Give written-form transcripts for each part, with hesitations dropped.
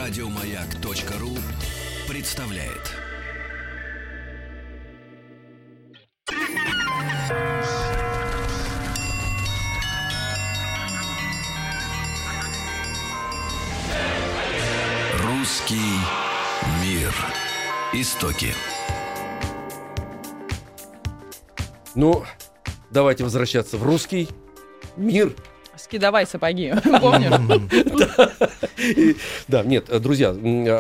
Радиомаяк.ру представляет. Русский мир. Истоки. Ну, давайте возвращаться в русский мир. Давай сапоги, помнишь? Да, нет, друзья,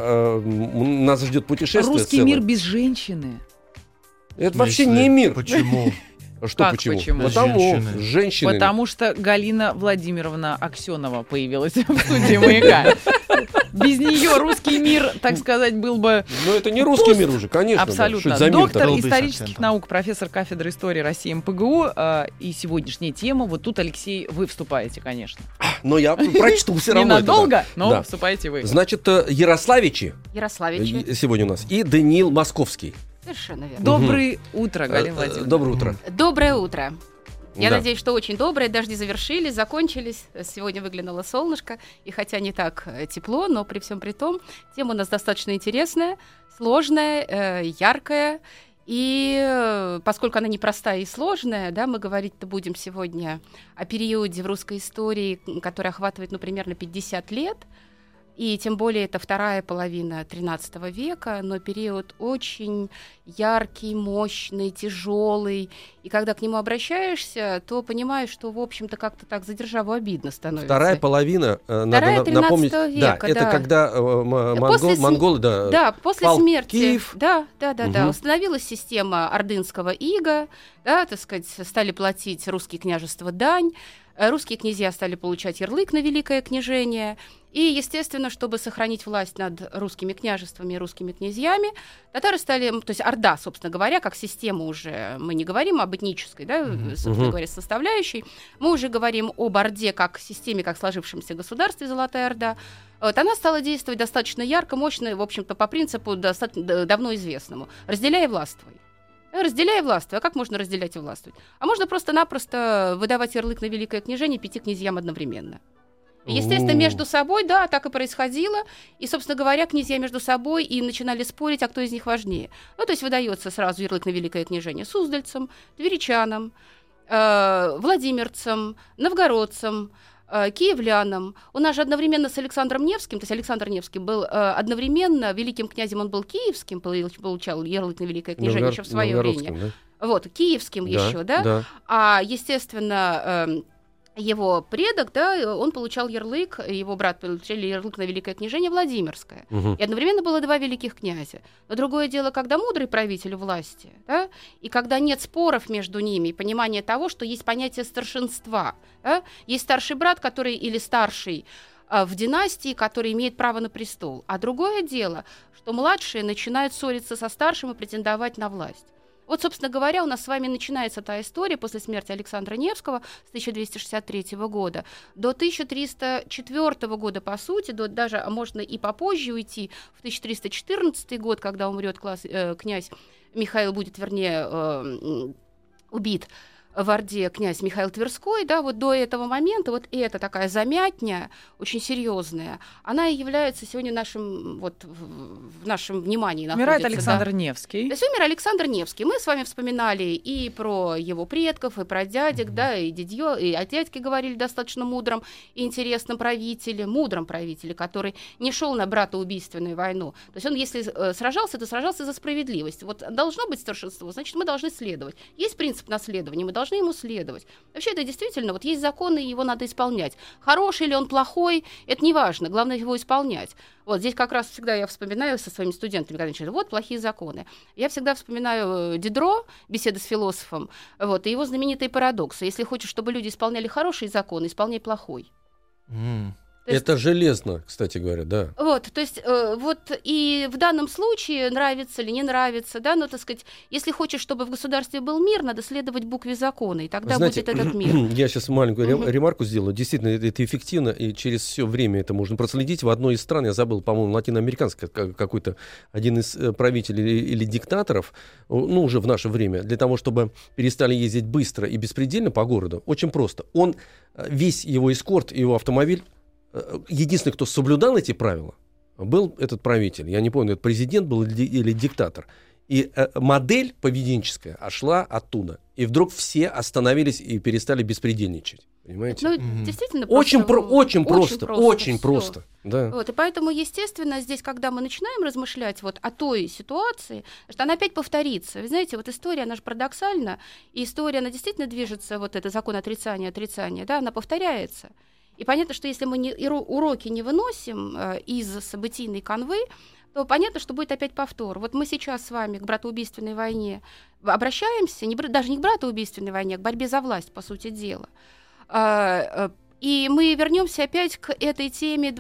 нас ждет путешествие. Русский мир без женщины. Это вообще не мир. Почему? Что Как почему? почему? Потому женщины. Потому что Галина Владимировна Аксенова появилась в студии «Маяка». Без нее русский мир, так сказать, был бы... Ну, это не русский мир уже, конечно. Абсолютно. Да. Доктор Был бы исторических наук, профессор кафедры истории России МПГУ. И сегодняшняя тема. Вот тут, Алексей, вы вступаете, конечно. Но я прочту все равно. Ненадолго, но Да. вступаете вы. Значит, Ярославичи Ярославичи. сегодня у нас и Даниил Московский. Совершенно верно. Доброе утро, Галина Владимировна. Доброе утро. Доброе утро. Я Да. надеюсь, что очень доброе. Дожди завершились, закончились. Сегодня выглянуло солнышко. И хотя не так тепло, но при всем при том, тема у нас достаточно интересная, сложная, яркая. И поскольку она непростая и сложная, да, мы говорить-то будем сегодня о периоде в русской истории, который охватывает, примерно 50 лет. И тем более это вторая половина XIII века, но период очень яркий, мощный, тяжелый. И когда к нему обращаешься, то понимаешь, что, в общем-то, как-то так за державу обидно становится. Вторая половина, Вторая надо напомнить, века, да, это когда После монголы, Да, после пал смерти. Киев. Да. Мгм. Установилась система ордынского ига, да, так сказать, стали платить русские княжества дань. Русские князья стали получать ярлык на Великое княжение. И, естественно, чтобы сохранить власть над русскими княжествами и русскими князьями, татары стали, то есть Орда, собственно говоря, как система уже, мы не говорим об этнической, да, собственно говоря, составляющей, мы уже говорим об Орде как системе, как сложившемся государстве Золотая Орда. Вот, она стала действовать достаточно ярко, мощно, в общем-то, по принципу достаточно давно известному. Разделяй и властвуй. Разделяй и властвуй. А как можно разделять и властвовать? А можно просто-напросто выдавать ярлык на Великое княжение 5 князьям одновременно. И, естественно, между собой, да, так и происходило. И, собственно говоря, князья между собой и начинали спорить, а кто из них важнее. Ну, то есть выдается сразу ярлык на Великое княжение суздальцам, тверичанам, владимирцам, новгородцам, киевлянам. У нас же одновременно с Александром Невским, то есть Александр Невский был одновременно великим князем, он был киевским, получал ярлык на Великое княжение еще в свое время. Да? Вот, киевским еще, да? А, естественно, его предок, да, он получал ярлык, его брат получил ярлык на Великое княжение Владимирское. И одновременно было два великих князя. Но другое дело, когда мудрый правитель у власти, да, и когда нет споров между ними, и понимание того, что есть понятие старшинства. Да, есть старший брат, который или старший в династии, который имеет право на престол. А другое дело, что младшие начинают ссориться со старшим и претендовать на власть. Вот, собственно говоря, у нас с вами начинается та история после смерти Александра Невского с 1263 года до 1304 года, по сути, даже, а можно и попозже уйти, в 1314 год, когда умрет князь Михаил, будет, вернее, убит в Орде князь Михаил Тверской, да, вот до этого момента вот эта такая замятня, очень серьезная, она и является сегодня нашим, вот, в нашем внимании находится. Умирает Александр Невский. То есть умер Александр Невский. Мы с вами вспоминали и про его предков, и про дядек, да, и дядьё, и о дядьке говорили достаточно мудром и интересном правителе, мудром правителе, который не шел на братоубийственную войну. То есть он, если сражался, то сражался за справедливость. Вот должно быть старшинство, значит, мы должны следовать. Есть принцип наследования, мы должны ему следовать. Вообще это действительно, вот есть законы, и его надо исполнять. Хороший ли он, плохой, это не важно, главное его исполнять. Вот здесь как раз всегда я вспоминаю со своими студентами, когда начали, вот плохие законы. Я всегда вспоминаю Дидро, беседы с философом, вот, и его знаменитые парадоксы. Если хочешь, чтобы люди исполняли хороший закон, исполняй плохой. Это железно, кстати говоря, да. Вот, то есть, вот и в данном случае, нравится или не нравится, да, но, так сказать, если хочешь, чтобы в государстве был мир, надо следовать букве закона, и тогда Знаете, будет этот мир. Я сейчас маленькую ремарку сделаю. Действительно, это эффективно, и через все время это можно проследить. В одной из стран, я забыл, по-моему, латиноамериканский какой-то один из правителей или диктаторов, ну, уже в наше время, для того, чтобы перестали ездить быстро и беспредельно по городу, очень просто. Весь его эскорт, его автомобиль, единственный, кто соблюдал эти правила, был этот правитель, я не помню, это президент был или диктатор, и модель поведенческая шла оттуда. И вдруг все остановились и перестали беспредельничать. Понимаете? Ну, действительно, очень просто. Да. Вот, и поэтому, естественно, здесь, когда мы начинаем размышлять вот о той ситуации, что она опять повторится. Вы знаете, вот история, она же парадоксальна, и история, она действительно движется, вот это закон отрицания, да, она повторяется. И понятно, что если мы уроки не выносим из событийной канвы, то понятно, что будет опять повтор. Вот мы сейчас с вами к братоубийственной войне обращаемся, даже не к братоубийственной войне, а к борьбе за власть, по сути дела. И мы вернемся опять к этой теме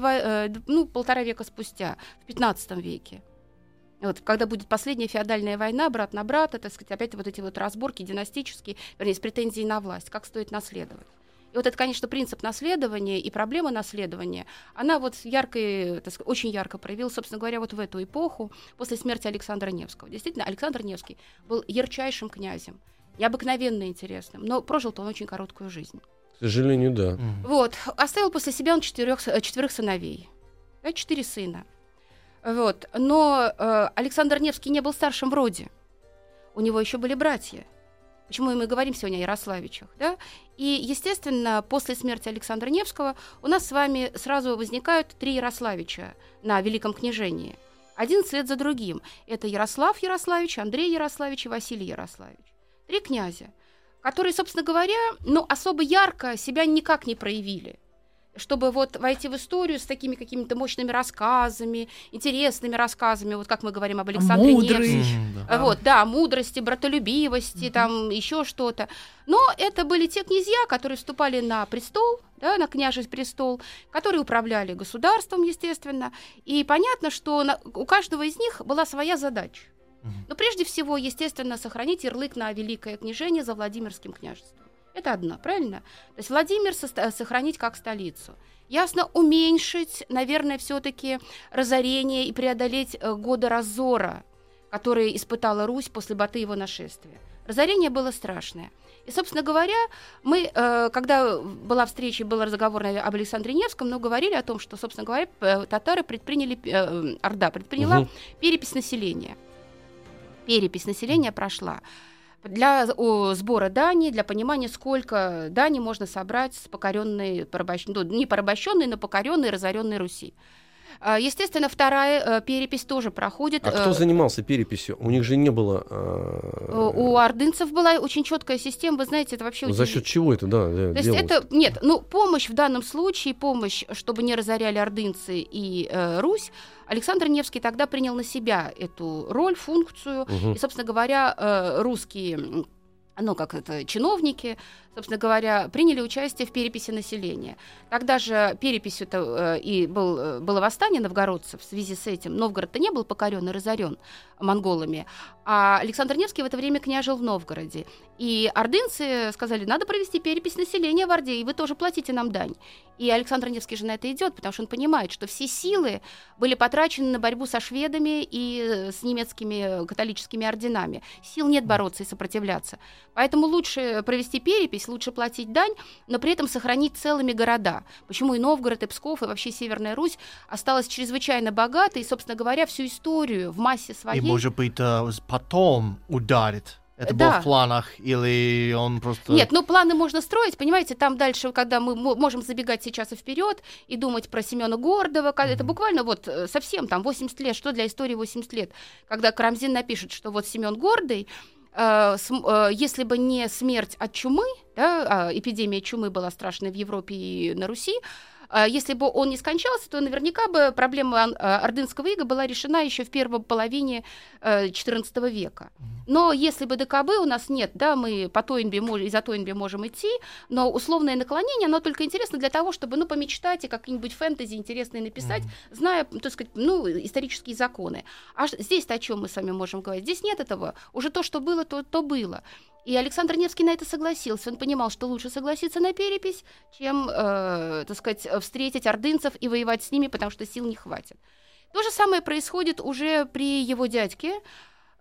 1,5 века спустя, в 15 веке. Вот, когда будет последняя феодальная война, брат на брата, так сказать, опять вот эти вот разборки династические, вернее, с претензией на власть, как стоит наследовать. И вот это, конечно, принцип наследования и проблема наследования, она вот очень ярко проявилась, собственно говоря, вот в эту эпоху, после смерти Александра Невского. Действительно, Александр Невский был ярчайшим князем, необыкновенно интересным, но прожил-то он очень короткую жизнь. К сожалению, да. Вот. Оставил после себя он четверых сыновей. 4 сына. Вот. Но Александр Невский не был старшим в роде. У него еще были братья. Почему мы говорим сегодня о Ярославичах, да? И, естественно, после смерти Александра Невского у нас с вами сразу возникают 3 Ярославича на Великом княжении. Один вслед за другим. Это Ярослав Ярославич, Андрей Ярославич и Василий Ярославич. 3 князя, которые, собственно говоря, особо ярко себя никак не проявили. Чтобы вот войти в историю с такими какими-то мощными рассказами, интересными рассказами, вот как мы говорим об Александре Невском. Вот, да, мудрости, братолюбивости, там еще что-то. Но это были те князья, которые вступали на престол, да, на княжий престол, которые управляли государством, естественно. И понятно, что у каждого из них была своя задача. Но прежде всего, естественно, сохранить ярлык на Великое княжение за Владимирским княжеством. Это одно, правильно? То есть Владимир сохранить как столицу. Ясно, уменьшить, наверное, все-таки разорение и преодолеть годы разора, которые испытала Русь после Батыева нашествия. Разорение было страшное. И, собственно говоря, мы, когда была встреча, был разговор об Александре Невском, мы говорили о том, что, собственно говоря, татары Орда предприняла перепись населения. Перепись населения прошла. Для сбора дани, для понимания, сколько дани можно собрать с покоренной, не порабощенной, но покоренной и разоренной Руси. Естественно, вторая перепись тоже проходит. А кто занимался переписью? У них же не было... У ордынцев была очень четкая система, вы знаете, это вообще... За счет чего это, да, то есть это, нет, помощь в данном случае, чтобы не разоряли ордынцы и Русь, Александр Невский тогда принял на себя эту роль, функцию, и, собственно говоря, русские... чиновники, собственно говоря, приняли участие в переписи населения. Тогда же переписью-то было восстание новгородцев. В связи с этим Новгород-то не был покорен и разорен монголами, а Александр Невский в это время княжил в Новгороде. И ордынцы сказали, надо провести перепись населения в Орде, и вы тоже платите нам дань. И Александр Невский же на это идет, потому что он понимает, что все силы были потрачены на борьбу со шведами и с немецкими католическими орденами. Сил нет бороться и сопротивляться. Поэтому лучше провести перепись, лучше платить дань, но при этом сохранить целыми города. Почему и Новгород, и Псков, и вообще Северная Русь осталась чрезвычайно богатой, и, собственно говоря, всю историю в массе своей... И, может быть, потом ударит. Это было в планах, или он просто... Нет, планы можно строить, понимаете, там дальше, когда мы можем забегать сейчас и вперед и думать про Семена Гордова, это буквально совсем там 80 лет, что для истории 80 лет, когда Карамзин напишет, что Семен Гордый, если бы не смерть от чумы, да, эпидемия чумы была страшная в Европе и на Руси, если бы он не скончался, то наверняка бы проблема ордынского ига была решена еще в первой половине XIV века. Но если бы ДКБ у нас нет, да, мы по Тойнби и за Тойнби можем идти, но условное наклонение, оно только интересно для того, чтобы помечтать и какие-нибудь фэнтези интересные написать, зная, так сказать, исторические законы. А здесь-то о чем мы с вами можем говорить? Здесь нет этого. Уже то, что было, то было. И Александр Невский на это согласился. Он понимал, что лучше согласиться на перепись, чем, так сказать, встретить ордынцев и воевать с ними, потому что сил не хватит. То же самое происходит уже при его дядьке,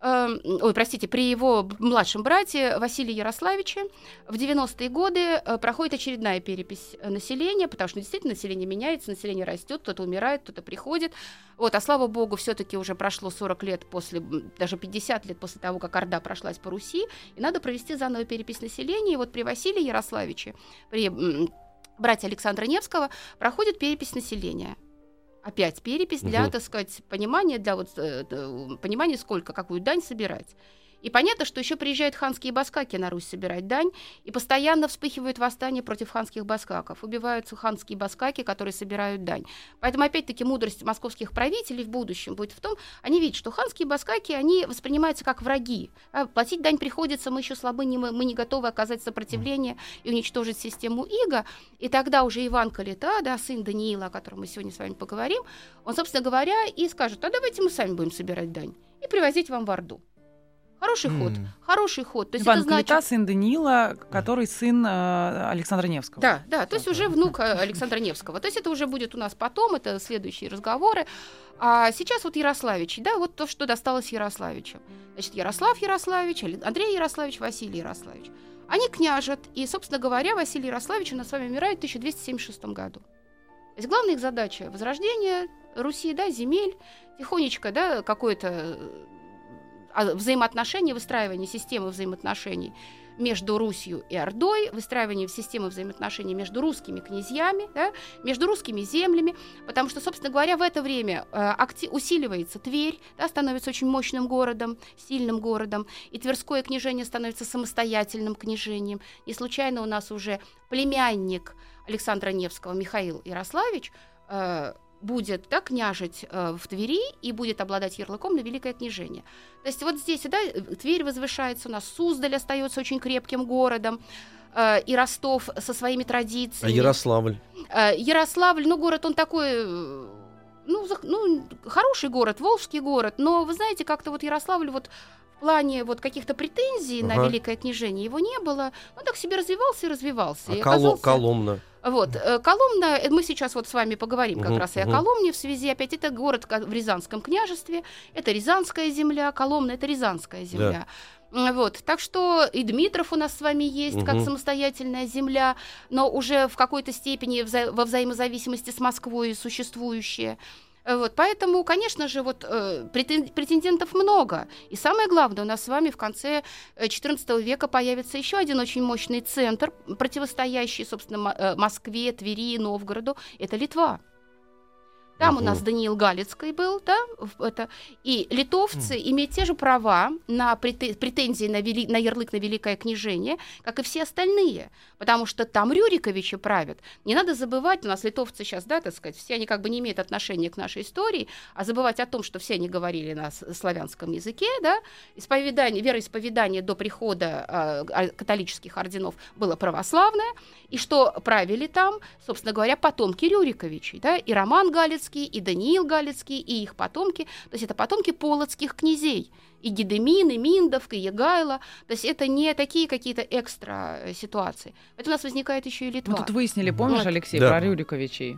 при его младшем брате Василии Ярославиче в 90-е годы проходит очередная перепись населения, потому что действительно население меняется, население растет, кто-то умирает, кто-то приходит. А слава богу, все-таки уже прошло 40 лет даже 50 лет после того, как Орда прошлась по Руси, и надо провести заново перепись населения. И при Василии Ярославиче, при брате Александра Невского, проходит перепись населения. Опять перепись для, так сказать, понимания, понимания, какую дань собирать. И понятно, что еще приезжают ханские баскаки на Русь собирать дань, и постоянно вспыхивают восстания против ханских баскаков. Убиваются ханские баскаки, которые собирают дань. Поэтому, опять-таки, мудрость московских правителей в будущем будет в том, они видят, что ханские баскаки, они воспринимаются как враги. Платить дань приходится, мы еще слабы, мы не готовы оказать сопротивление и уничтожить систему ига. И тогда уже Иван Калита, сын Даниила, о котором мы сегодня с вами поговорим, он, собственно говоря, и скажет: давайте мы сами будем собирать дань и привозить вам в Орду. Хороший ход. То есть Иван Калита, сын Даниила, который сын Александра Невского. Да, то есть уже внук Александра Невского. То есть это уже будет у нас потом, это следующие разговоры. А сейчас Ярославичи, то, что досталось Ярославичам. Значит, Ярослав Ярославич, Андрей Ярославич, Василий Ярославич. Они княжат, и, собственно говоря, Василий Ярославич у нас с вами умирает в 1276 году. То есть главная их задача — возрождение Руси, земель, тихонечко, какое-то взаимоотношения, выстраивание системы взаимоотношений между Русью и Ордой, выстраивание системы взаимоотношений между русскими князьями, между русскими землями, потому что, собственно говоря, в это время усиливается Тверь, становится очень мощным городом, сильным городом, и Тверское княжение становится самостоятельным княжением. Не случайно у нас уже племянник Александра Невского Михаил Ярославич будет княжить в Твери и будет обладать ярлыком на Великое княжение. То есть здесь, Тверь возвышается, у нас Суздаль остается очень крепким городом, и Ростов со своими традициями. А Ярославль? Ярославль, город он такой, хороший город, волжский город, но, вы знаете, как-то Ярославль в плане каких-то претензий на Великое княжение его не было. Он так себе развивался и развивался. А Коломна? Коломна, мы сейчас с вами поговорим как раз и о Коломне в связи, опять, это город в Рязанском княжестве, это Рязанская земля, Коломна — это Рязанская земля. Да. Так что и Дмитров у нас с вами есть как самостоятельная земля, но уже в какой-то степени во взаимозависимости с Москвой существующая. Поэтому, конечно же, претендентов много. И самое главное, у нас с вами в конце XIV века появится еще один очень мощный центр, противостоящий, собственно, Москве, Твери, Новгороду. Это Литва. Там у нас Даниил Галицкий был, и литовцы имеют те же права на претензии на ярлык на Великое княжение, как и все остальные, потому что там Рюриковичи правят. Не надо забывать, у нас литовцы сейчас, все они не имеют отношения к нашей истории, а забывать о том, что все они говорили на славянском языке, вероисповедание до прихода католических орденов было православное, и что правили там, собственно говоря, потомки Рюриковичей, и Роман Галицкий, и Даниил Галицкий, и их потомки, то есть это потомки полоцких князей, и Гедемин, и Миндовка, и Егайло, то есть это не такие какие-то экстра ситуации. Это у нас возникает еще и Литва. Мы тут выяснили, помнишь, Алексей, про Рюриковичей?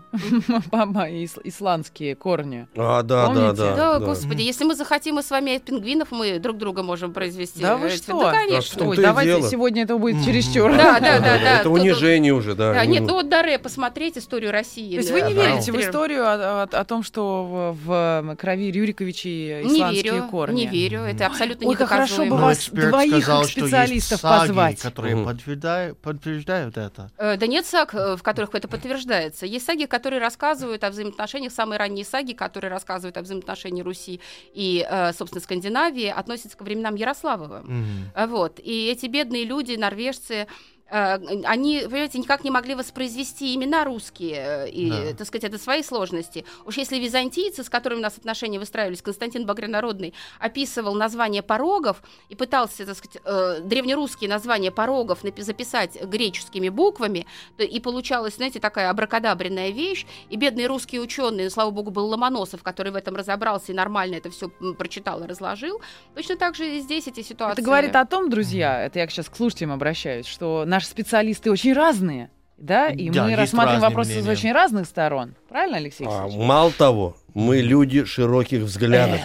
Исландские корни. Да, господи, если мы захотим с вами от пингвинов, мы друг друга можем произвести. Да вы что? Да, конечно. Ой, давайте сегодня это будет чересчур. Да. Это унижение уже, да. Нет, Даре, посмотреть историю России. То есть вы не верите в историю о том, что в крови Рюриковичей исландские корни? Не верю. Это абсолютно недоказуемо. Хорошо бы вас двоих специалистов позвать. Которые подтверждают это. Да нет саг, в которых это подтверждается. Есть саги, которые рассказывают о взаимоотношениях, самые ранние саги, которые рассказывают о взаимоотношениях Руси и, собственно, Скандинавии, относятся к временам Ярославовым. И эти бедные люди, норвежцы, они, понимаете, никак не могли воспроизвести имена русские, и, так сказать, это свои сложности. Уж если византийцы, с которыми у нас отношения выстраивались, Константин Багрянародный описывал название порогов и пытался, так сказать, древнерусские названия порогов записать греческими буквами, и получалась, знаете, такая абракадабренная вещь, и бедные русские ученые, слава богу, был Ломоносов, который в этом разобрался и нормально это все прочитал и разложил. Точно так же и здесь эти ситуации. Это говорит о том, друзья, это я сейчас к слушателям обращаюсь, что наши специалисты очень разные. Да, и мы рассматриваем вопросы с очень разных сторон. Правильно, Алексей Алексеевич? Мало того, мы люди широких взглядов.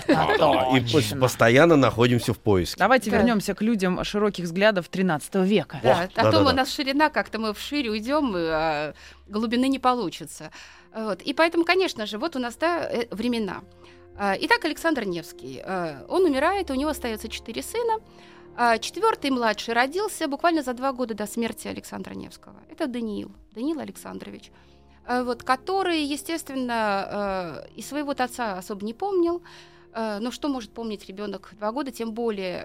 И постоянно находимся в поиске. Давайте вернемся к людям широких взглядов 13 века. Да, а то у нас ширина, как-то мы вширь уйдем, а глубины не получится. Вот. И поэтому, конечно же, вот у нас времена. Итак, Александр Невский. Он умирает, у него остается 4 сына. 4-й младший родился буквально за 2 года до смерти Александра Невского. Это Даниил Александрович, вот, который, естественно, и своего отца особо не помнил. Но что может помнить ребенок 2 года, тем более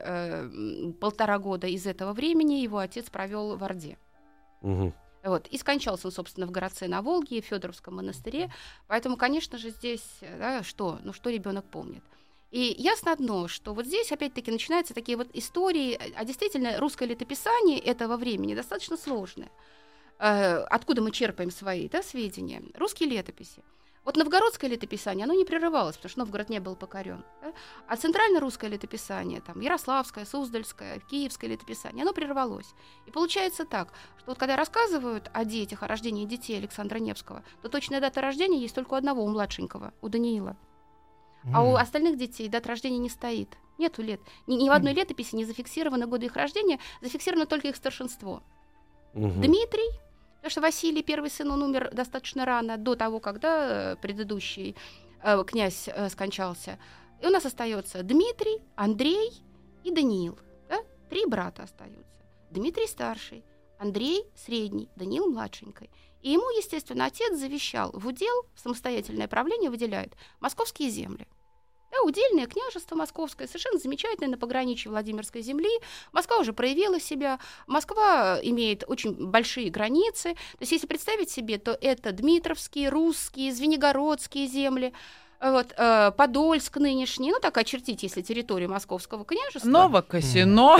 1,5 года из этого времени его отец провел в Орде. Угу. Вот, и скончался он, собственно, в Городце на Волге, в Федоровском монастыре. Поэтому, конечно же, здесь что ребенок помнит. И ясно одно, что вот здесь опять-таки начинаются такие вот истории, а действительно русское летописание этого времени достаточно сложное. Откуда мы черпаем свои сведения? Русские летописи. Вот новгородское летописание, оно не прерывалось, потому что Новгород не был покорен. Да? А центрально-русское летописание, там, Ярославское, Суздальское, Киевское летописание, оно прервалось. И получается так, что вот когда рассказывают о детях, о рождении детей Александра Невского, то точная дата рождения есть только у одного, у младшенького, у Даниила. А у остальных детей дата рождения не стоит. Нету лет. Ни в одной летописи не зафиксированы годы их рождения, зафиксировано только их старшинство. Дмитрий, потому что Василий, первый сын, он умер достаточно рано, до того, когда предыдущий князь скончался. И у нас остается Дмитрий, Андрей и Даниил. Да? 3 брата остаются. Дмитрий старший, Андрей средний, Даниил младшенький. И ему, естественно, отец завещал в удел, в самостоятельное правление выделяет московские земли. Да, удельное княжество московское, совершенно замечательное, на пограничье Владимирской земли. Москва уже проявила себя, Москва имеет очень большие границы. То есть, если представить себе, то это Дмитровские, Русские, Звенигородские земли, вот, Подольск нынешний, так очертить, если территорию Московского княжества. Новокосино,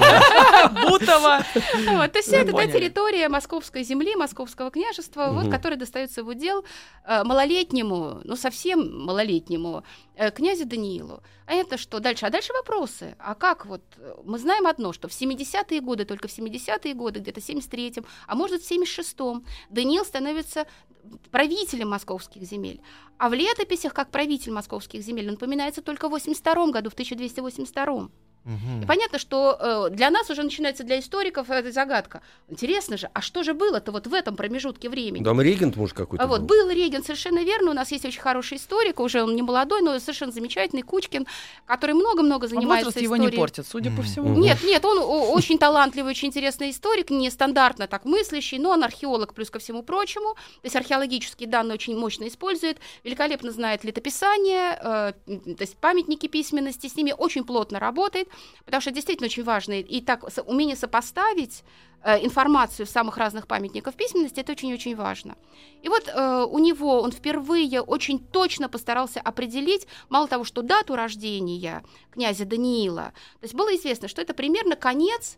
Бутово. То есть это та территория Московской земли, Московского княжества, вот, которая достается в удел малолетнему, совсем малолетнему князю Даниилу. А это что дальше? А дальше вопросы. А как вот? Мы знаем одно, что в 70-е годы, только в 70-е годы, где-то в 73-м, а может в 76-м, Даниил становится правителем московских земель. А в летописях, как правитель московских земель, он упоминается только в 82 году, в 1282. И понятно, что для нас уже начинается, для историков, эта загадка. Интересно же, а что же было-то вот в этом промежутке времени? Там регент, может, какой-то был? Был регент, совершенно верно. У нас есть очень хороший историк, уже он не молодой, но совершенно замечательный, Кучкин, который много-много занимается историей. Возраст его не портит, судя по всему. Нет, он очень талантливый, очень интересный историк, нестандартно так мыслящий, но он археолог плюс ко всему прочему. То есть археологические данные очень мощно использует, великолепно знает летописание, то есть памятники письменности, с ними очень плотно работает. Потому что действительно очень важно, и так умение сопоставить информацию в самых разных памятниках письменности, это очень-очень важно. И вот у него он впервые очень точно постарался определить, мало того, что дату рождения князя Даниила, то есть было известно, что это примерно конец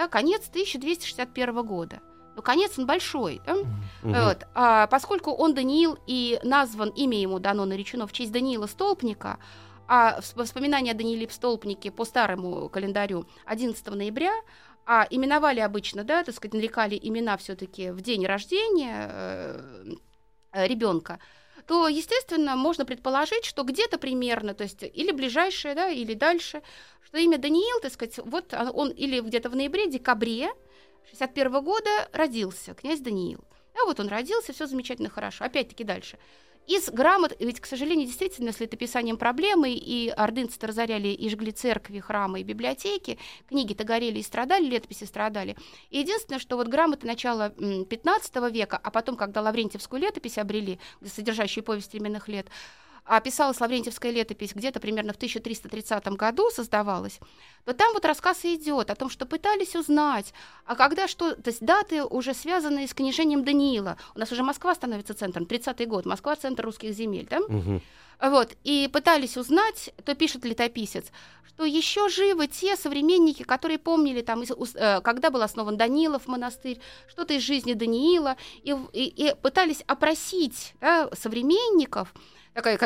1261 года. Но конец он большой. Да? Вот. А поскольку он Даниил и назван, имя ему дано, наречено в честь Даниила Столпника, а воспоминания о Данииле Столпнике по старому календарю 11 ноября, а именовали обычно, нарекали имена все-таки в день рождения ребенка, то, естественно, можно предположить, что где-то примерно, то есть или ближайшее, или дальше, что имя Даниил, вот он или где-то в ноябре-декабре 61 года родился, князь Даниил. Вот он родился, все замечательно, хорошо. Опять-таки дальше. Из грамот, ведь, к сожалению, действительно, с летописанием проблемы, и ордынцы-то разоряли и жгли церкви, храмы и библиотеки, книги-то горели и страдали, летописи страдали. И единственное, что вот грамоты начала 15 века, а потом, когда Лаврентьевскую летопись обрели, содержащую повесть временных лет, а писалась Лаврентьевская летопись где-то примерно в 1330 году создавалась, то там вот рассказ идет о том, что пытались узнать, а когда что, то есть даты уже связанные с княжением Даниила. У нас уже Москва становится центром, 30-й год, Москва — центр русских земель, да? Вот, и пытались узнать, то пишет летописец, что еще живы те современники, которые помнили, там, когда был основан Данилов монастырь, что-то из жизни Даниила, и пытались опросить современников, такая как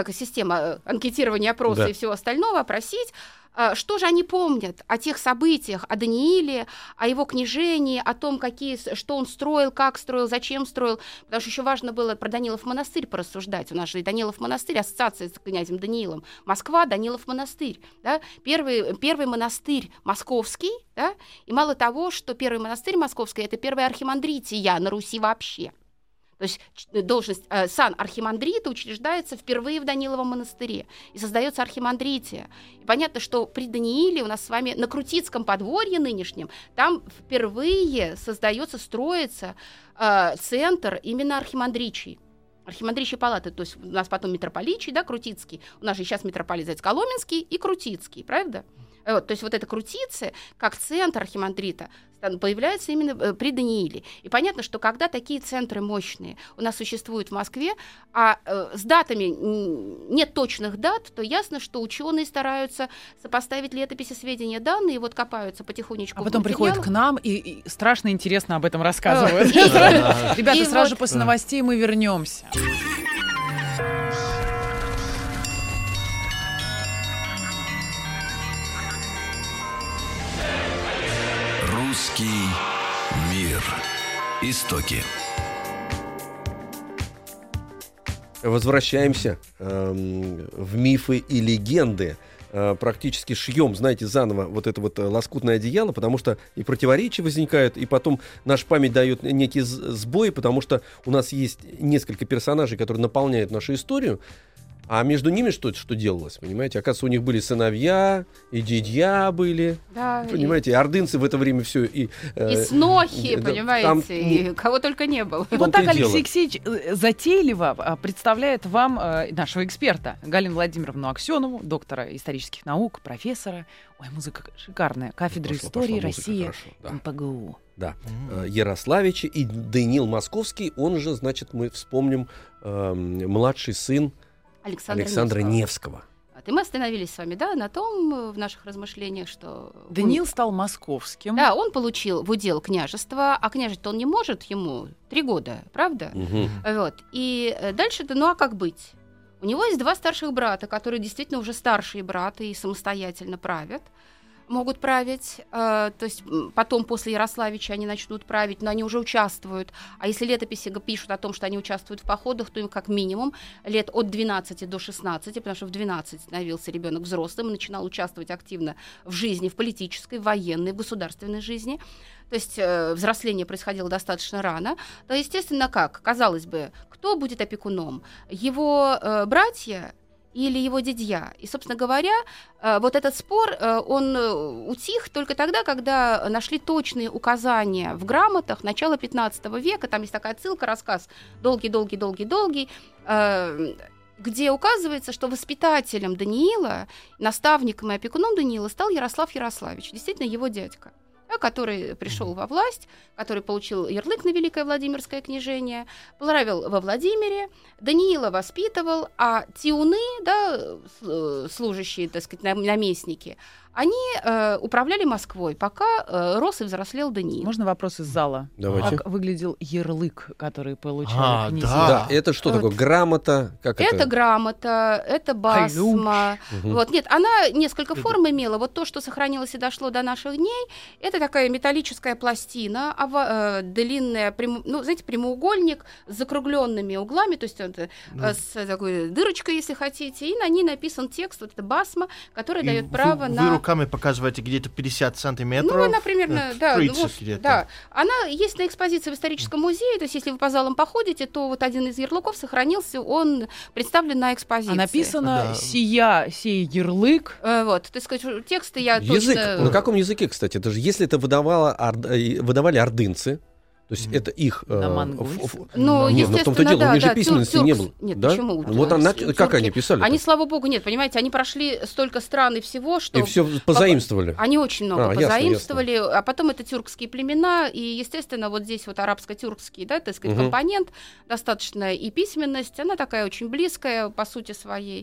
такая система анкетирования, опроса и всего остального, опросить, что же они помнят о тех событиях, о Данииле, о его княжении, о том, что он строил, как строил, зачем строил. Потому что еще важно было про Данилов монастырь порассуждать. У нас же и Данилов монастырь, ассоциация с князем Даниилом. Москва, Данилов монастырь. Да? Первый монастырь московский. Да? И мало того, что первый монастырь московский – это первая архимандрития на Руси вообще. То есть должность, сан архимандрита учреждается впервые в Даниловом монастыре, и создается архимандрития. И понятно, что при Данииле у нас с вами на Крутицком подворье нынешнем, там впервые строится центр именно архимандричий. Архимандричьей палаты, то есть у нас потом митрополичий, да, Крутицкий, у нас же сейчас митрополит Коломенский и Крутицкий, правда? То есть вот эта Крутиция, как центр архимандрита, появляется именно при Данииле. И понятно, что когда такие центры мощные у нас существуют в Москве, а с датами нет точных дат, то ясно, что ученые стараются сопоставить летописи, сведения, данные, и вот копаются потихонечку. А потом приходят к нам и страшно интересно об этом рассказывают. Ребята, сразу же после новостей мы вернемся. Русский мир. Истоки. Возвращаемся в мифы и легенды. Практически шьем, знаете, заново вот это вот лоскутное одеяло, потому что и противоречия возникают, и потом наша память дает некие сбои, потому что у нас есть несколько персонажей, которые наполняют нашу историю, а между ними что делалось, понимаете? Оказывается, у них были сыновья, и дядья были, да, понимаете, и ордынцы в это время все. И снохи, понимаете, и кого только не было. И вот так Алексей Алексеевич затейливо представляет вам нашего эксперта Галину Владимировну Аксенову, доктора исторических наук, профессора. Ой, музыка шикарная. Кафедра истории России, МПГУ. Да, Ярославичи и Даниил Московский, он же, значит, мы вспомним младший сын Александра Невского. И мы остановились с вами, да, на том, в наших размышлениях, что... Даниил стал московским. Да, он получил в удел княжество, а княжить-то он не может, ему 3 года, правда? Вот. И дальше, а как быть? У него есть 2 старших брата, которые действительно уже старшие браты и самостоятельно могут править, то есть потом после Ярославича они начнут править, но они уже участвуют. А если летописи пишут о том, что они участвуют в походах, то им как минимум лет от 12 до 16, потому что в 12 становился ребенок взрослым и начинал участвовать активно в жизни, в политической, в военной, в государственной жизни. То есть взросление происходило достаточно рано. То, естественно, казалось бы, кто будет опекуном? Его братья или его дядья. И, собственно говоря, вот этот спор, он утих только тогда, когда нашли точные указания в грамотах начала 15 века. Там есть такая отсылка, рассказ долгий, где указывается, что воспитателем Даниила, наставником и опекуном Даниила стал Ярослав Ярославич, действительно его дядька, который пришел во власть, который получил ярлык на Великое Владимирское княжение, правил во Владимире, Даниила воспитывал, а тиуны, да, служащие, так сказать, наместники, они управляли Москвой, пока рос и взрослел Даниил. Можно вопрос из зала? Давайте. Как выглядел ярлык, который получали князья? Да, это что такое? Грамота? Как это грамота, это басма. Вот, нет, она несколько форм имела. Вот то, что сохранилось и дошло до наших дней, это такая металлическая пластина, длинная, знаете, прямоугольник с закругленными углами, то есть с такой дырочкой, если хотите, и на ней написан текст, вот это басма, который дает право на... Руками показываете где-то 50 сантиметров. Ну, она примерно, да, 30 где-то. Да. Она есть на экспозиции в историческом музее, то есть если вы по залам походите, то вот один из ярлыков сохранился, он представлен на экспозиции. А написано сей ярлык. Вот, то есть тексты я язык. точно... На каком языке, кстати? Это же, если это выдавали ордынцы, то есть это их... На монгольском? Ну, нет, но в том-то дело, у них же письменности не было. Нет, да? почему? Вот как они писали? Они, слава богу, нет, понимаете, они прошли столько стран и всего, что... И все позаимствовали. Они очень много позаимствовали, ясно. А потом это тюркские племена, и, естественно, вот здесь вот арабско-тюркский, да, так сказать, компонент, достаточно и письменность, она такая очень близкая по сути своей.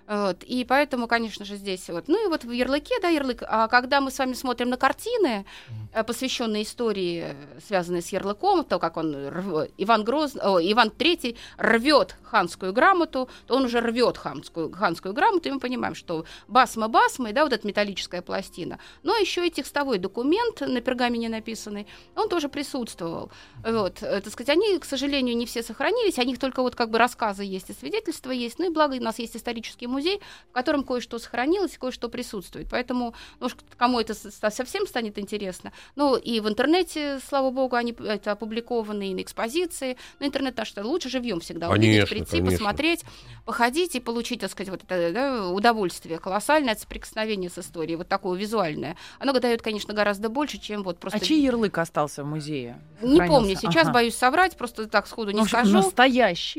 Вот, и поэтому, конечно же, здесь вот. Ну и вот в ярлыке, да, ярлык. А когда мы с вами смотрим на картины, посвященные истории, связанные с ярлыком, то, как он Иван III рвет ханскую грамоту, то он уже рвет ханскую грамоту, и мы понимаем, что басма-басма, да, вот эта металлическая пластина, но еще и текстовой документ на пергамене написанный, он тоже присутствовал. Вот, так сказать, они, к сожалению, не все сохранились, о них только вот как бы рассказы есть и свидетельства есть, ну и благо у нас есть исторический музей, в котором кое-что сохранилось, кое-что присутствует. Поэтому, может, кому это совсем станет интересно. Ну, и в интернете, слава богу, они это опубликованы, и на экспозиции. На интернет что лучше живьем всегда увидеть, прийти, посмотреть, походить и получить, так сказать, вот это, да, удовольствие колоссальное от соприкосновения с историей, вот такое визуальное. Оно дает, конечно, гораздо больше, чем вот просто... А чей ярлык остался в музее? Не помню, сейчас боюсь соврать, просто так сходу не скажу. Настоящий,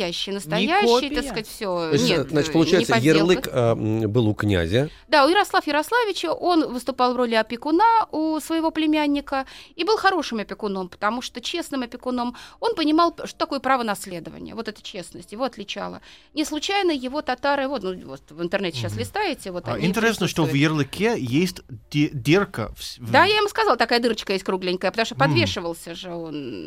так сказать, все. Нет, значит, получается, ярлык был у князя. Да, у Ярослава Ярославича. Он выступал в роли опекуна у своего племянника и был хорошим опекуном, потому что честным опекуном он понимал, что такое право наследования. Вот эта честность его отличала. Не случайно его татары, вот в интернете сейчас листаете. Вот интересно, что в ярлыке есть дырка. Да, я ему сказала, такая дырочка есть кругленькая, потому что подвешивался же он.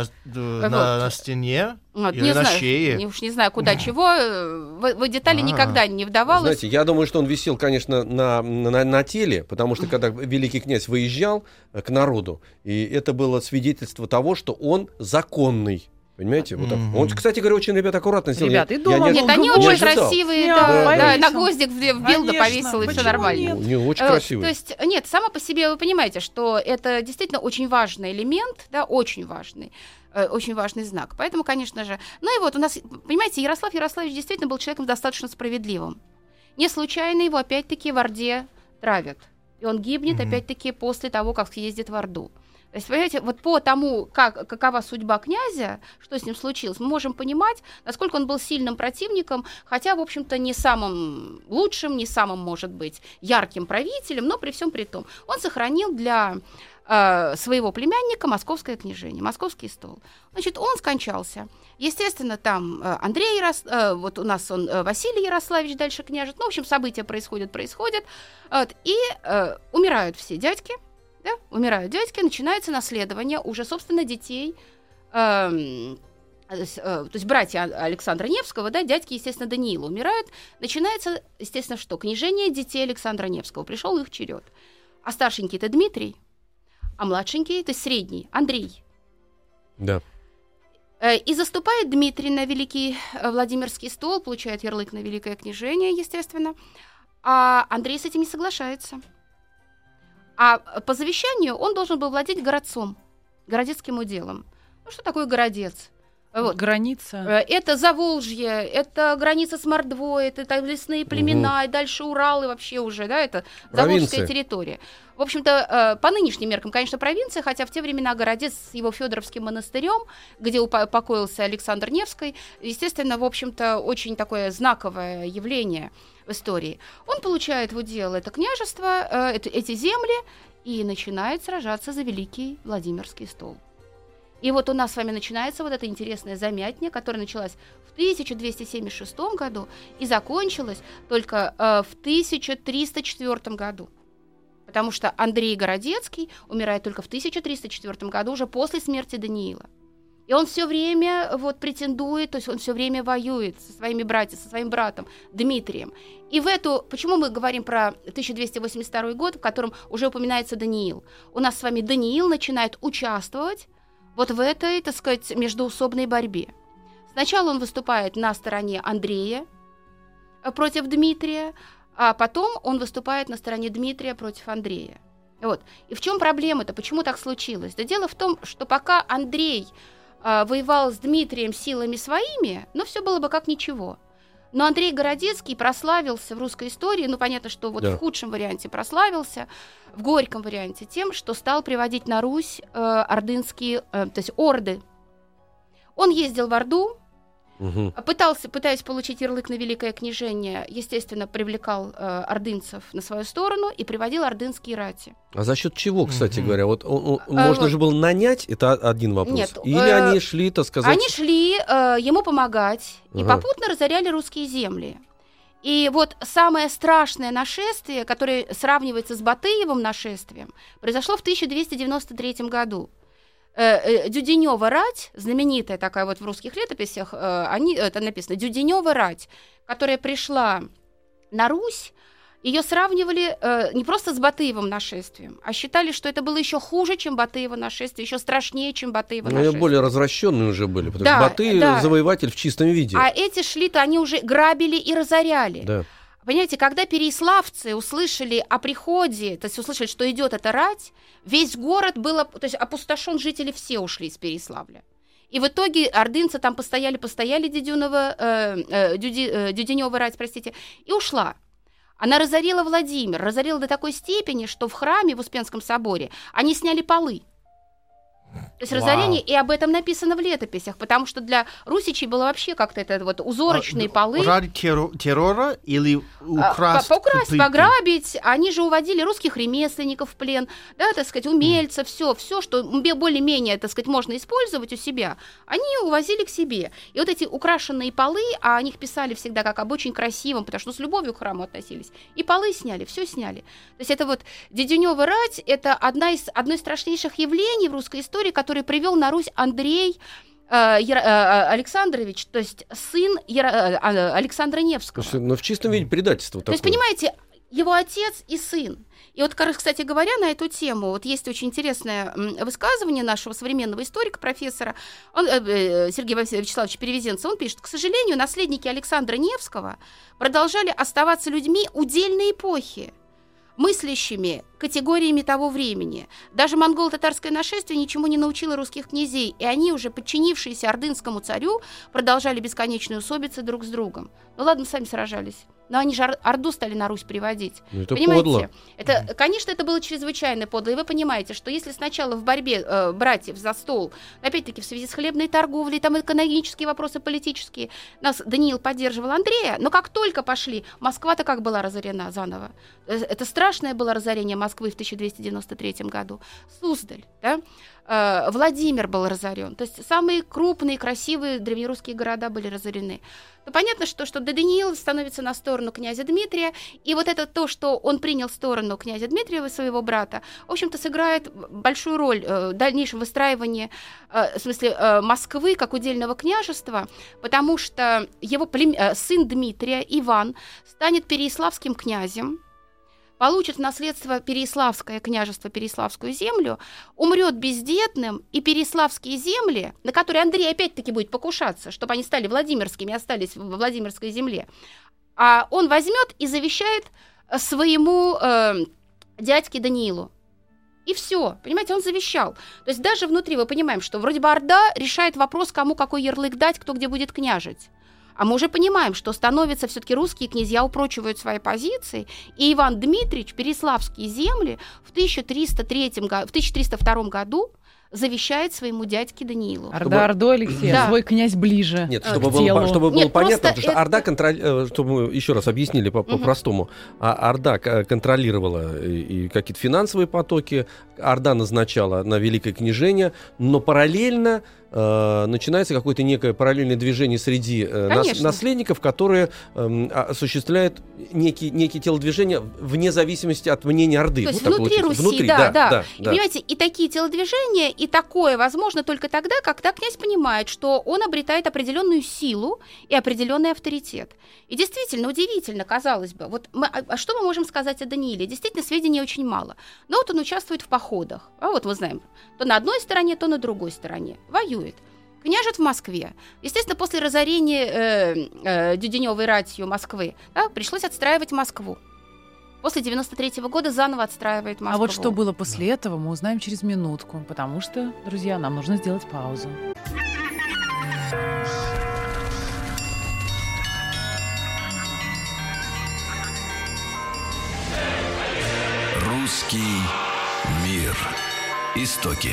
На стене? Вот, или на шее? Не знаю, куда чего. В детали никогда не вдавалась. Знаете, я думаю, что он висел, конечно, на теле, потому что когда великий князь выезжал к народу, и это было свидетельство того, что он законный. Понимаете? Вот так. Он, кстати говоря, очень, ребята, аккуратно сделал. Ребята, и дома нет, они очень красивые, да, на гвоздик вбил, да повесил, и все нормально. Не очень красивые. То есть, нет, само по себе вы понимаете, что это действительно очень важный элемент, да, очень важный знак. Поэтому, конечно же... Ну и вот у нас, понимаете, Ярослав Ярославич действительно был человеком достаточно справедливым. Не случайно его опять-таки в Орде травят. И он гибнет опять-таки после того, как съездит в Орду. То есть, понимаете, вот по тому, какова судьба князя, что с ним случилось, мы можем понимать, насколько он был сильным противником, хотя, в общем-то, не самым лучшим, не самым, может быть, ярким правителем, но при всем при том он сохранил для своего племянника московское княжение, московский стол. Значит, он скончался. Естественно, там Андрей вот у нас он Василий Ярославич дальше княжит. Ну, в общем, события происходят. Вот, и умирают все дядьки. Да? Умирают дядьки, начинается наследование уже, собственно, детей, то есть братья Александра Невского, да, дядьки, естественно, Даниила умирают. Начинается, естественно, что? Княжение детей Александра Невского. Пришел их черед. А старшенький это Дмитрий, а младшенький, то есть средний, Андрей. Да. И заступает Дмитрий на Великий Владимирский стол, получает ярлык на Великое княжение, естественно. А Андрей с этим не соглашается. А по завещанию он должен был владеть городцом, городецким уделом. Ну, что такое городец? Вот. Граница. Это Заволжье, это граница с Мордвой, это лесные племена, и дальше Урал, и вообще уже, да, это Заволжская территория. В общем-то, по нынешним меркам, конечно, провинция, хотя в те времена городец с его Федоровским монастырем, где упокоился Александр Невский, естественно, в общем-то, очень такое знаковое явление в истории. Он получает в удел это княжество, эти земли, и начинает сражаться за Великий Владимирский стол. И вот у нас с вами начинается вот эта интересная замятня, которая началась в 1276 году и закончилась только в 1304 году. Потому что Андрей Городецкий умирает только в 1304 году, уже после смерти Даниила. И он все время вот претендует, то есть он все время воюет со своими братьями, со своим братом Дмитрием. И почему мы говорим про 1282 год, в котором уже упоминается Даниил? У нас с вами Даниил начинает участвовать вот в этой, так сказать, междоусобной борьбе. Сначала он выступает на стороне Андрея против Дмитрия, а потом он выступает на стороне Дмитрия против Андрея. Вот. И в чем проблема-то? Почему так случилось? Да дело в том, что пока Андрей воевал с Дмитрием силами своими, все было бы как ничего. Но Андрей Городецкий прославился в русской истории, понятно, что вот в худшем варианте прославился, в горьком варианте тем, что стал приводить на Русь ордынские, то есть орды. Он ездил в Орду, пытаясь получить ярлык на Великое княжение, естественно, привлекал ордынцев на свою сторону и приводил ордынские рати. А за счет чего, кстати говоря? Вот можно же было нанять, это один вопрос. Нет, или они шли, так сказать... Они шли ему помогать и попутно разоряли русские земли. И вот самое страшное нашествие, которое сравнивается с Батыевым нашествием, произошло в 1293 году. Дюденева рать, знаменитая такая вот в русских летописях, это написано, Дюденева рать, которая пришла на Русь, ее сравнивали не просто с Батыевым нашествием, а считали, что это было еще хуже, чем Батыево нашествие, еще страшнее, чем Батыево нашествие. Ну, более развращенные уже были, потому что Батый завоеватель в чистом виде. А эти шли-то, они уже грабили и разоряли. Да. Понимаете, когда переяславцы услышали о приходе, то есть услышали, что идет эта рать, весь город был, то есть опустошен, жители все ушли из Переяславля. И в итоге ордынцы там постояли Дюденева рать, и ушла. Она разорила Владимир, разорила до такой степени, что в храме в Успенском соборе они сняли полы. То есть разорение, и об этом написано в летописях, потому что для русичей было вообще как-то это вот узорочные полы. Ради террора или украсть? Украсть, пограбить. Они же уводили русских ремесленников в плен, да, так сказать, умельцев, все, что более-менее, так сказать, можно использовать у себя, они увозили к себе. И вот эти украшенные полы, а о них писали всегда как об очень красивом, потому что с любовью к храму относились, и полы сняли, все сняли. То есть это вот Дюденева рать, это одно из страшнейших явлений в русской истории, который привел на Русь Андрей Александрович, то есть сын Александра Невского. Но в чистом виде предательство такое. То есть, понимаете, его отец и сын. И вот, кстати говоря, на эту тему вот есть очень интересное высказывание нашего современного историка, профессора Сергея Вячеславовича Перевезенца. Он пишет: к сожалению, наследники Александра Невского продолжали оставаться людьми удельной эпохи, мыслящими категориями того времени. Даже монголо-татарское нашествие ничему не научило русских князей, и они, уже подчинившиеся ордынскому царю, продолжали бесконечные усобицы друг с другом. Ну ладно, сами сражались, но они же Орду стали на Русь приводить. Это понимаете? Подло. Конечно, это было чрезвычайно подло, и вы понимаете, что если сначала в борьбе братьев за стол, опять-таки в связи с хлебной торговлей, там экономические вопросы, политические, нас Даниил поддерживал Андрея, но как только пошли, Москва-то как была разорена заново. Это страшное было разорение Москвы в 1293 году. Суздаль, да? Владимир был разорен. То есть самые крупные, красивые древнерусские города были разорены. То понятно, что Даниил становится на сторону князя Дмитрия, и вот это то, что он принял сторону князя Дмитрия, своего брата, в общем-то, сыграет большую роль в дальнейшем выстраивании, в смысле, Москвы как удельного княжества, потому что его сын Дмитрия, Иван, станет переяславским князем, получит в наследство Переяславское княжество, Переяславскую землю, умрет бездетным, и переяславские земли, на которые Андрей опять-таки будет покушаться, чтобы они стали Владимирскими, остались в Владимирской земле, а он возьмет и завещает своему дядьке Даниилу. И все, понимаете, он завещал. То есть даже внутри мы понимаем, что вроде бы Орда решает вопрос, кому какой ярлык дать, кто где будет княжить. А мы уже понимаем, что становятся все-таки русские князья, упрочивают свои позиции, и Иван Дмитриевич Переяславские земли в 1302 году завещает своему дядьке Даниилу. Орда Орду, Алексей, да. Свой князь ближе. Нет, чтобы было понятно, потому что Орда чтобы мы еще раз объяснили по-простому, Орда контролировала и какие-то финансовые потоки, Орда назначала на великое князение, но параллельно начинается какое-то некое параллельное движение среди наследников, которые осуществляют некие телодвижения вне зависимости от мнения Орды. То есть внутри Руси, да. И, понимаете, и такие телодвижения, и такое возможно только тогда, когда князь понимает, что он обретает определенную силу и определенный авторитет. И действительно, удивительно, казалось бы, что мы можем сказать о Данииле? Действительно, сведений очень мало. Но вот он участвует в походах. А вот мы знаем, то на одной стороне, то на другой стороне. Воюет. Княжит в Москве. Естественно, после разорения Дюденевой ратью Москвы, пришлось отстраивать Москву. После 93 года заново отстраивает Москву. А вот что было после этого, мы узнаем через минутку, потому что, друзья, нам нужно сделать паузу. Русский мир. Истоки.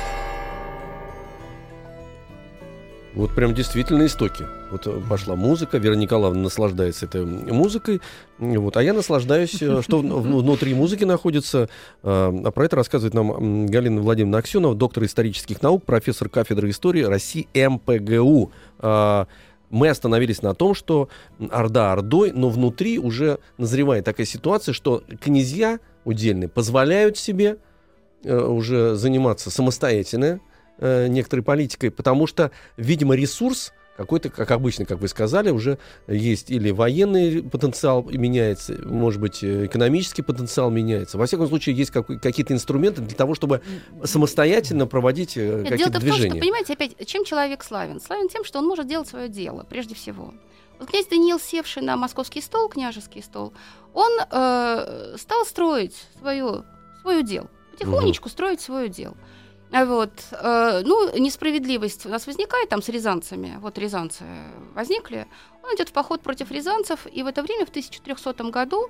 Вот прям действительно истоки. Вот пошла музыка, Вера Николаевна наслаждается этой музыкой, а я наслаждаюсь, что внутри музыки находится. А про это рассказывает нам Галина Владимировна Аксенова, доктор исторических наук, профессор кафедры истории России МПГУ. мы остановились на том, что орда ордой, но внутри уже назревает такая ситуация, что князья удельные позволяют себе уже заниматься самостоятельно некоторой политикой, потому что, видимо, ресурс какой-то, как обычно, как вы сказали, уже есть или военный потенциал меняется, может быть, экономический потенциал меняется. Во всяком случае, есть какие-то инструменты для того, чтобы самостоятельно проводить какие-то дело-то движения. в том, что, понимаете, опять, чем человек славен? Славен тем, что он может делать свое дело, прежде всего. Вот князь Даниил, севший на московский стол, княжеский стол, он стал строить свое дело, потихонечку строить свое дело. Вот. Несправедливость у нас возникает там с рязанцами. Вот рязанцы возникли. Он идет в поход против рязанцев, и в это время, в 1300 году,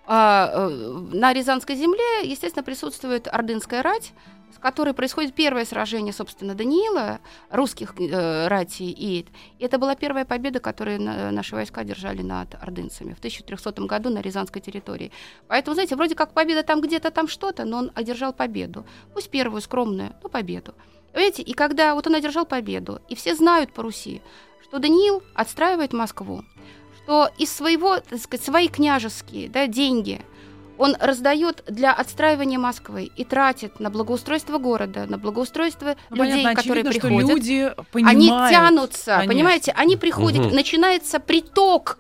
на Рязанской земле, естественно, присутствует ордынская рать, с которой происходит первое сражение, собственно, Даниила, русских ратей. И это была первая победа, которую наши войска держали над ордынцами в 1300 году на Рязанской территории. Поэтому, знаете, вроде как победа там где-то, там что-то, но он одержал победу. Пусть первую, скромную, но победу. Понимаете, и когда вот он одержал победу, и все знают по Руси, что Даниил отстраивает Москву, что из своего, так сказать, свои княжеские, да, деньги он раздает для отстраивания Москвы и тратит на благоустройство города, на благоустройство людей, понятно, которые очевидно, приходят. Что люди понимают, они тянутся, конечно. понимаете, они приходят, начинается приток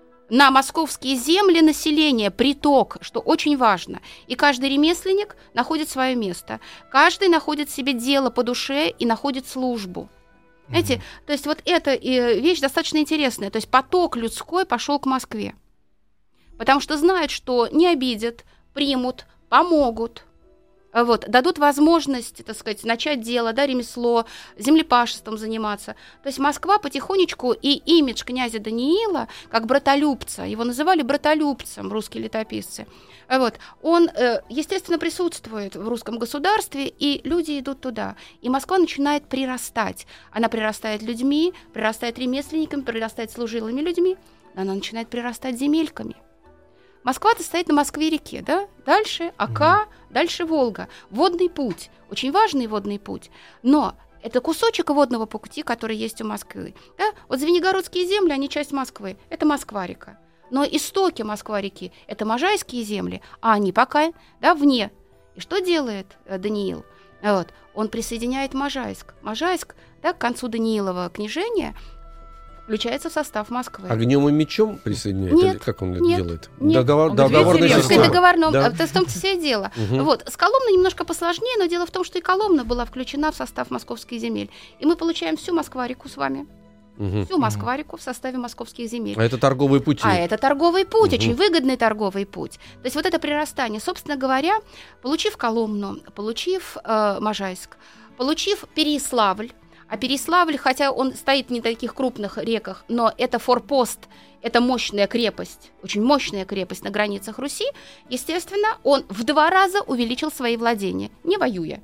на московские земли населения, приток, что очень важно. И каждый ремесленник находит свое место, каждый находит себе дело по душе и находит службу. Знаете, то есть вот эта вещь достаточно интересная. То есть поток людской пошел к Москве. Потому что знают, что не обидят, примут, помогут. Вот, дадут возможность, так сказать, начать дело, да, ремесло, землепашеством заниматься. То есть Москва потихонечку, и имидж князя Даниила, как братолюбца, его называли братолюбцем русские летописцы, вот, он, естественно, присутствует в русском государстве, и люди идут туда. И Москва начинает прирастать. Она прирастает людьми, прирастает ремесленниками, прирастает служилыми людьми, она начинает прирастать земельками. Москва-то стоит на Москве-реке, да? Дальше Ока, дальше Волга. Водный путь, очень важный водный путь. Но это кусочек водного пути, который есть у Москвы. Да? Вот Звенигородские земли, они часть Москвы. Это Москва-река. Но истоки Москва-реки – это Можайские земли, а они пока, да, вне. И что делает Даниил? Вот. Он присоединяет Можайск. Можайск, да, к концу Даниилова княжения включается в состав Москвы. Огнем и мечом присоединяет? Нет, или как он нет, это делает? Нет. Договорная система. Договорном, Да. в том-то все и дело. Вот. С Коломной немножко посложнее, но дело в том, что и Коломна была включена в состав московских земель. И мы получаем всю Москва-реку с вами. Всю Москва-реку в составе московских земель. А это торговые пути? А это торговый путь, очень выгодный торговый путь. То есть вот это прирастание, собственно говоря, получив Коломну, получив Можайск, получив Переяславль, а Переяславль, хотя он стоит не на таких крупных реках, но это форпост, это мощная крепость, очень мощная крепость на границах Руси, естественно, он в 2 раза увеличил свои владения, не воюя.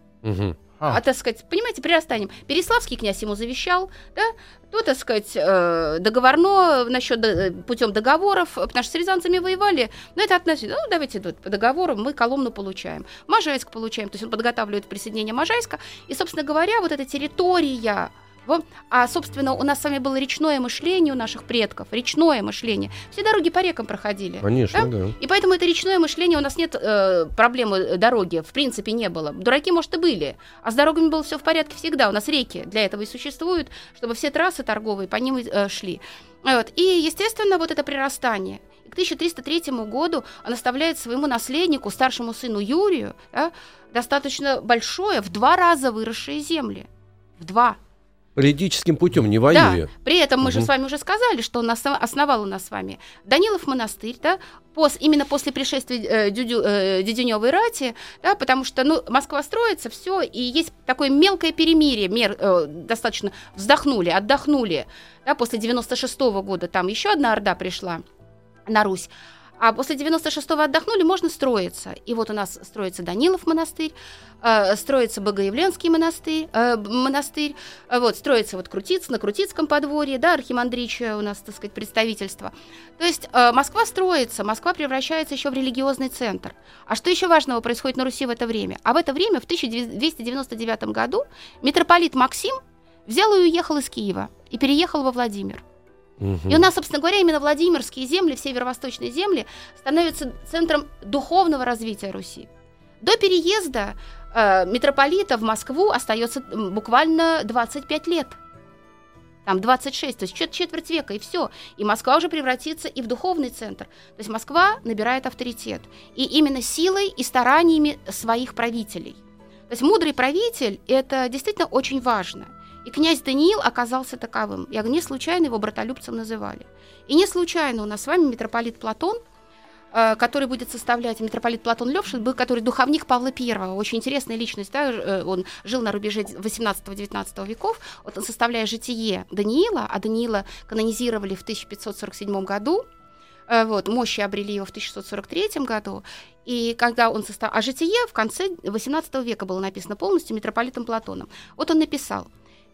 Так сказать, понимаете, прирастанием. Переславский князь ему завещал, да, то, так сказать, договорно, путем договоров, потому что с рязанцами воевали, но это относительно, давайте по договору мы Коломну получаем, Можайск получаем, то есть он подготавливает присоединение Можайска, и, собственно говоря, вот эта территория. А, собственно, у нас с вами было речное мышление у наших предков, речное мышление. Все дороги по рекам проходили. Конечно, да. И поэтому это речное мышление, у нас нет проблемы дороги, в принципе, не было. Дураки, может, и были, а с дорогами было все в порядке всегда. У нас реки для этого и существуют, чтобы все трассы торговые по ним шли. Вот. И, естественно, вот это прирастание. И к 1303 году он оставляет своему наследнику, старшему сыну Юрию, да, достаточно большое, в 2 раза выросшие земли. В 2. Политическим путем, не воюя. Да, при этом мы же с вами уже сказали, что он основал у нас с вами Данилов монастырь, да, именно после пришествия Деденёвой рати, да, потому что Москва строится, все, и есть такое мелкое перемирие, достаточно вздохнули, отдохнули, да, после 96-го года там еще одна орда пришла на Русь. А после 96-го отдохнули, можно строиться. И вот у нас строится Данилов монастырь, строится Богоявленский монастырь, вот, строится вот на Крутицком подворье, да, архимандричье у нас, так сказать, представительство. То есть Москва строится, Москва превращается еще в религиозный центр. А что еще важного происходит на Руси в это время? А в это время, в 1299 году, митрополит Максим взял и уехал из Киева. и переехал во Владимир. И у нас, собственно говоря, именно Владимирские земли, северо-восточные земли, становятся центром духовного развития Руси. До переезда митрополита в Москву остается буквально 25 лет. Там 26, то есть четверть века, и все. И Москва уже превратится и в духовный центр. То есть Москва набирает авторитет. И именно силой и стараниями своих правителей. То есть мудрый правитель – это действительно очень важно. И князь Даниил оказался таковым. И не случайно его братолюбцем называли. И не случайно у нас с вами митрополит Платон, который будет составлять, митрополит Платон Левшин, был, который духовник Павла I, очень интересная личность, да, он жил на рубеже 18-19 веков, вот он составляет житие Даниила, а Даниила канонизировали в 1547 году, вот, мощи обрели его в 1643 году, и когда он составил, а житие в конце 18 века было написано полностью митрополитом Платоном. Вот он написал: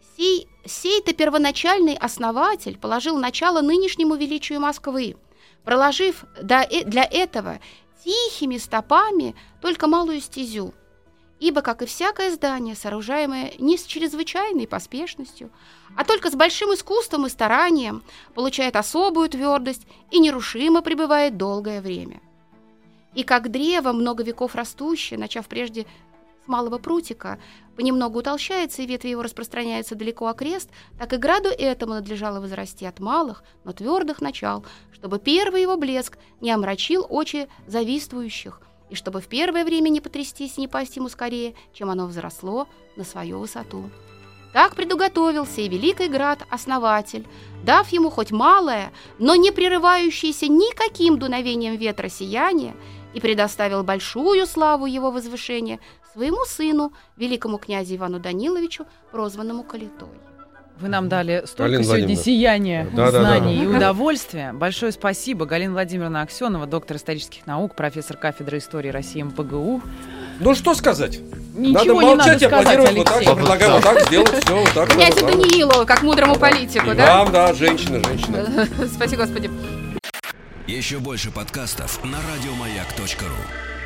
«Сей-то первоначальный основатель положил начало нынешнему величию Москвы, проложив для этого тихими стопами только малую стезю. Ибо, как и всякое здание, сооружаемое не с чрезвычайной поспешностью, а только с большим искусством и старанием, получает особую твердость и нерушимо пребывает долгое время. И как древо, много веков растущее, начав прежде с малого прутика, понемногу утолщается, и ветви его распространяются далеко окрест, так и граду этому надлежало возрасти от малых, но твердых начал, чтобы первый его блеск не омрачил очи завистующих, и чтобы в первое время не потрястись и не пасть ему скорее, чем оно взросло на свою высоту. Так предуготовился и великий град-основатель, дав ему хоть малое, но не прерывающееся никаким дуновением ветра сияние, и предоставил большую славу его возвышения своему сыну, великому князю Ивану Даниловичу, прозванному Калитой». Вы нам дали столько сегодня сияния, знаний и удовольствия. Большое спасибо. Галина Владимировна Аксенова, доктор исторических наук, профессор кафедры истории России МПГУ. Ну что сказать? Ничего не надо сказать, Алексей. Вот так, я предлагаю вот так сделать, все вот так. Князю Даниилу, как мудрому политику, да? Вам, да, женщина. Спасибо, Господи. Еще больше подкастов на радиомаяк.ру.